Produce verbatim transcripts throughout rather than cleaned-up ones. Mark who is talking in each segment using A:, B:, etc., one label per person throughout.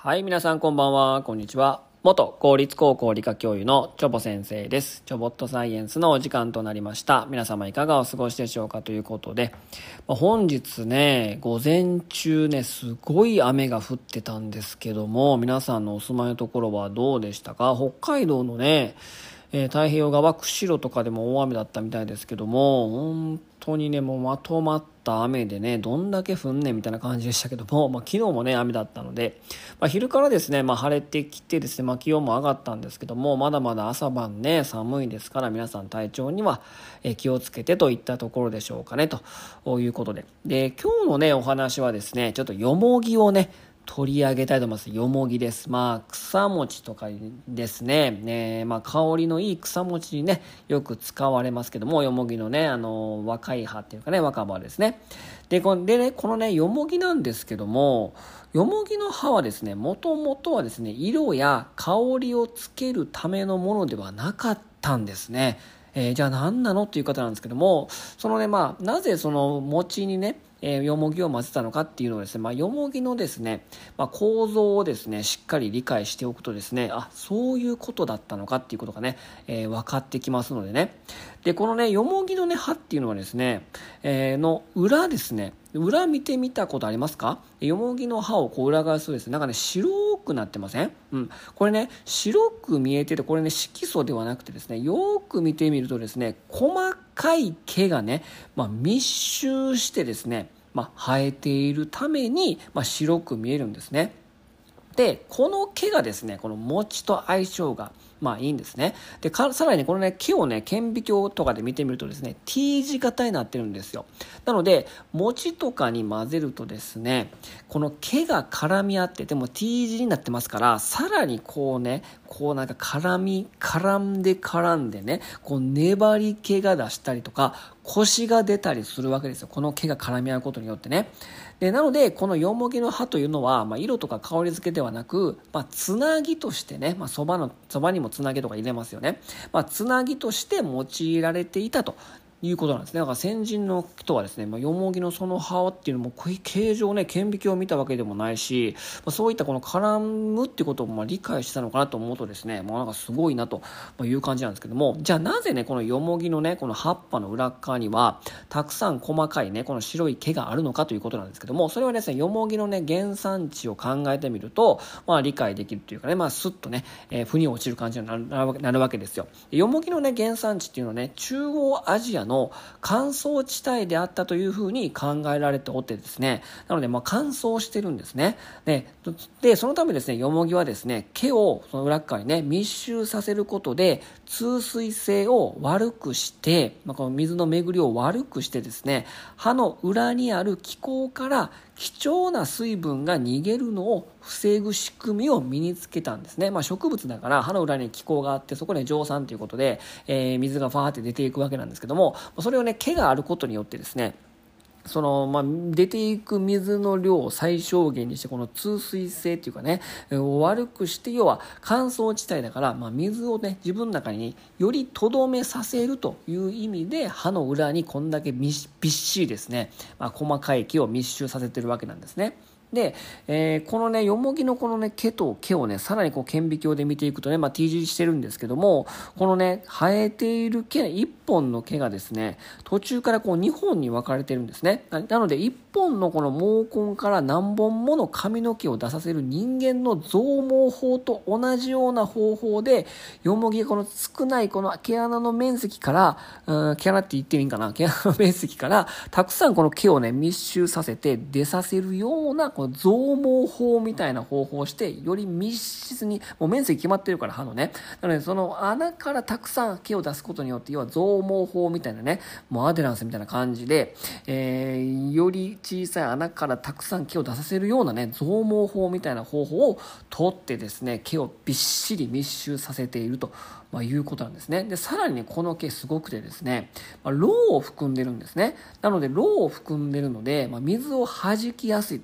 A: はい、皆さんこんばんは、こんにちは。元公立高校理科教諭のチョボ先生です。チョボットサイエンスのお時間となりました。皆様いかがお過ごしでしょうかということで、まあ、本日ね、午前中ね、すごい雨が降ってたんですけども、皆さんのお住まいのところはどうでしたか？北海道のね、えー、太平洋側、釧路とかでも大雨だったみたいですけども、本当にね、もうまとまった雨でね、どんだけ降んねんみたいな感じでしたけども、まあ、昨日もね、雨だったので、まあ、昼からですね、まあ、晴れてきてですね、まあ、気温も上がったんですけども、まだまだ朝晩ね、寒いですから、皆さん体調にはえ気をつけてといったところでしょうかね、ということで。で、今日のね、お話はですね、ちょっとよもぎをね、取り上げたいと思います。よもぎです。まあ、草餅とかですね、ね、まあ、香りのいい草餅にね、よく使われますけども、よもぎのね、あの、若い葉っていうかね、若葉ですね。で、このでね、このね、よもぎなんですけども、よもぎの葉はですね、もともとはですね、色や香りをつけるためのものではなかったんですね。えー、じゃあ何なのっていう方なんですけども、そのね、まあ、なぜその餅にね、えー、よもぎを混ぜたのかっていうのをですね、まあ、よもぎのですね、まあ、構造をですね、しっかり理解しておくとですね、あ、そういうことだったのかっていうことがね、えー、分かってきますのでね。で、このね、よもぎのね、葉っていうのはですね、えー、の裏ですね、裏見てみたことありますか？よもぎの葉をこう裏返すとですね、なんかね、白くなってません？うん。これね、白く見えてて、これね、色素ではなくてですね、よーく見てみるとですね、細かい毛がね、まあ、密集してですね、まあ、生えているために、まあ、白く見えるんですね。で、この毛がですね、この餅と相性が、まあいいんですね。で、かさらにね、このね、毛をね、顕微鏡とかで見てみるとですね、T 字型になってるんですよ。なので、餅とかに混ぜるとですね、この毛が絡み合ってても T 字になってますから、さらにこうね、こうなんか絡み、絡んで絡んでね、こう粘り気が出したりとか、コシが出たりするわけですよ。この毛が絡み合うことによってね。で、なので、このよもぎの葉というのは、まあ、色とか香り付けではなく、まあ、つなぎとしてね、まあ、そばの、そばにもつなぎとか入れますよね。まあ、つなぎとして用いられていたということなんですね。だから先人の人はですね、まあ、よもぎのその葉っていうのも形状ね、顕微鏡を見たわけでもないし、まあ、そういったこの絡むっていうことをまあ理解したのかなと思うとですね、もうなんかすごいなという感じなんですけども、じゃあなぜね、このよもぎのね、この葉っぱの裏側にはたくさん細かいね、この白い毛があるのかということなんですけども、それはですね、よもぎのね、原産地を考えてみると、まあ理解できるというかね、まあスッとね、えー、腑に落ちる感じになる、なるわけですよ。よもぎのね、原産地っていうのはね、中央アジアのの乾燥地帯であったというふうに考えられておってですね、なのでまあ乾燥してるんですね。で、でそのためですね、よもぎはですね、毛をその裏側にね、密集させることで通水性を悪くして、まあ、この水の巡りを悪くしてですね、葉の裏にある気孔から貴重な水分が逃げるのを防ぐ仕組みを身につけたんですね。まあ、植物だから葉の裏に気孔があって、そこで蒸散ということで、えー、水がファーって出ていくわけなんですけども、それをね、毛があることによってですね、その、まあ、出ていく水の量を最小限にして、この通水性っていうかね、悪くして、要は乾燥地帯だから、まあ、水をね、自分の中により留めさせるという意味で、葉の裏にこんだけびっしりですね、まあ、細かい毛を密集させてるわけなんですね。で、えー、このね、よもぎのこのね、毛と毛をね、さらにこう顕微鏡で見ていくとね、まあ、T 字してるんですけども、このね、生えている毛、いっぽんの毛がですね、途中からこうにほんに分かれてるんですね。なので、いっぽんのこの毛根から何本もの髪の毛を出させる人間の増毛法と同じような方法で、よもぎがこの少ないこの毛穴の面積から、うん、毛穴って言ってもいいんかな、毛穴の面積から、たくさんこの毛をね、密集させて出させるような、この増毛法みたいな方法をして、より密室に、もう面積決まってるから、歯のね。なので、その穴からたくさん毛を出すことによって、要は増毛法みたいなね、もうアデランスみたいな感じで、えー、より小さい穴からたくさん毛を出させるようなね、増毛法みたいな方法を取ってですね、毛をびっしり密集させていると、まあ、いうことなんですね。で、さらにね、この毛すごくてですね、まあ、ロウを含んでるんですね。なので、ロウを含んでるので、まあ、水を弾きやすいということで、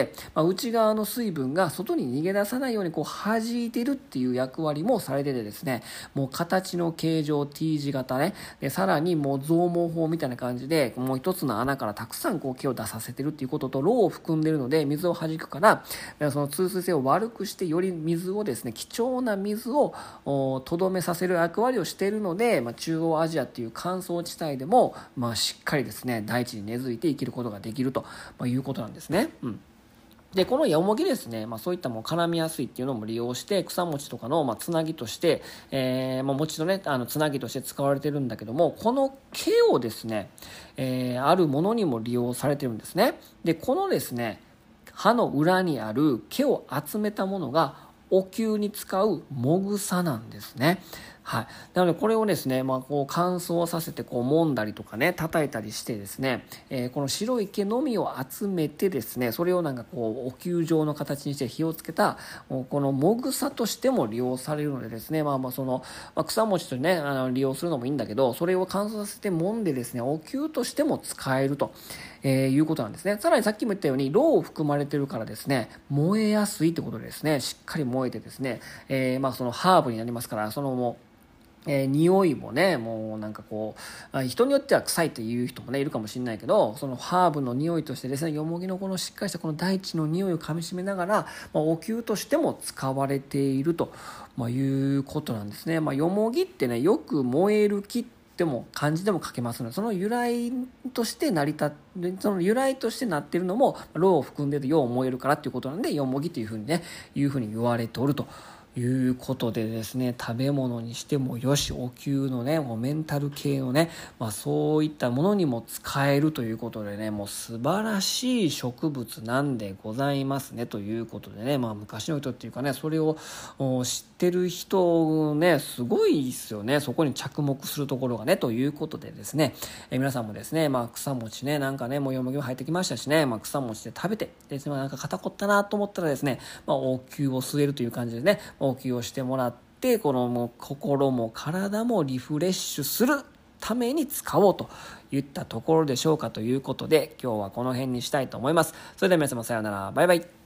A: で、まあ、内側の水分が外に逃げ出さないようにこう弾いてるっていう役割もされててですね、もう形の形状 T 字型ね、でさらにもう増毛法みたいな感じでもう一つの穴からたくさんこう毛を出させてるっていうことと、ろうを含んでるので水を弾くから、その通水性を悪くしてより水をですね、貴重な水をとどめさせる役割をしているので、まあ、中央アジアっていう乾燥地帯でも、まあ、しっかりですね大地に根付いて生きることができるということなんですね。うんでこのヨモギですね、まあ、そういったもう絡みやすいっていうのも利用して草餅とかのまあつなぎとして、えーまあ、餅のねあのつなぎとして使われてるんだけども、この毛をですね、えー、あるものにも利用されてるんですね。でこのですね葉の裏にある毛を集めたものがお灸に使うもぐさなんですね。はい、なのでこれをですね、まあ、こう乾燥させてこう揉んだりとかね叩いたりしてですね、えー、この白い毛のみを集めてですね、それをなんかこうお灸状の形にして火をつけたこのもぐさとしても利用されるのでですね、まあ、まあその、まあ、草餅とねあの利用するのもいいんだけど、それを乾燥させて揉んでですねお灸としても使えると、えー、いうことなんですね。さらにさっきも言ったようにろう含まれてるからですね燃えやすいってことでですね、しっかり燃えてですね、えー、まあそのハーブになりますから、そのもうえー、匂いもねもうなんかこう人によっては臭いっていう人もねいるかもしれないけど、そのハーブの匂いとしてですね、よもぎのこのしっかりしたこの大地の匂いをかみしめながら、まあ、お灸としても使われていると、まあ、いうことなんですね。まあ、よもぎってねよく燃える木でも漢字でも書けますので、その由来として成り立ってその由来としてなっているのもろうを含んでいるよう燃えるからっていうことなんで、よもぎというふうにねいうふうに言われておるということでですね、食べ物にしてもよし、お灸のねもうメンタル系のね、まあ、そういったものにも使えるということでね、もう素晴らしい植物なんでございますねということでね、まあ、昔の人っていうかねそれを知ってる人ねすごいですよね。そこに着目するところがねということでですね、え皆さんもですね、まあ、草餅ねなんかねもうよもぎも入ってきましたしね、まあ、草餅で食べてで、なんか肩こったなと思ったらですね、まあ、お灸を据えるという感じでねお灸をしてもらって、このもう心も体もリフレッシュするために使おうといったところでしょうかということで、今日はこの辺にしたいと思います。それでは皆様さようなら、バイバイ。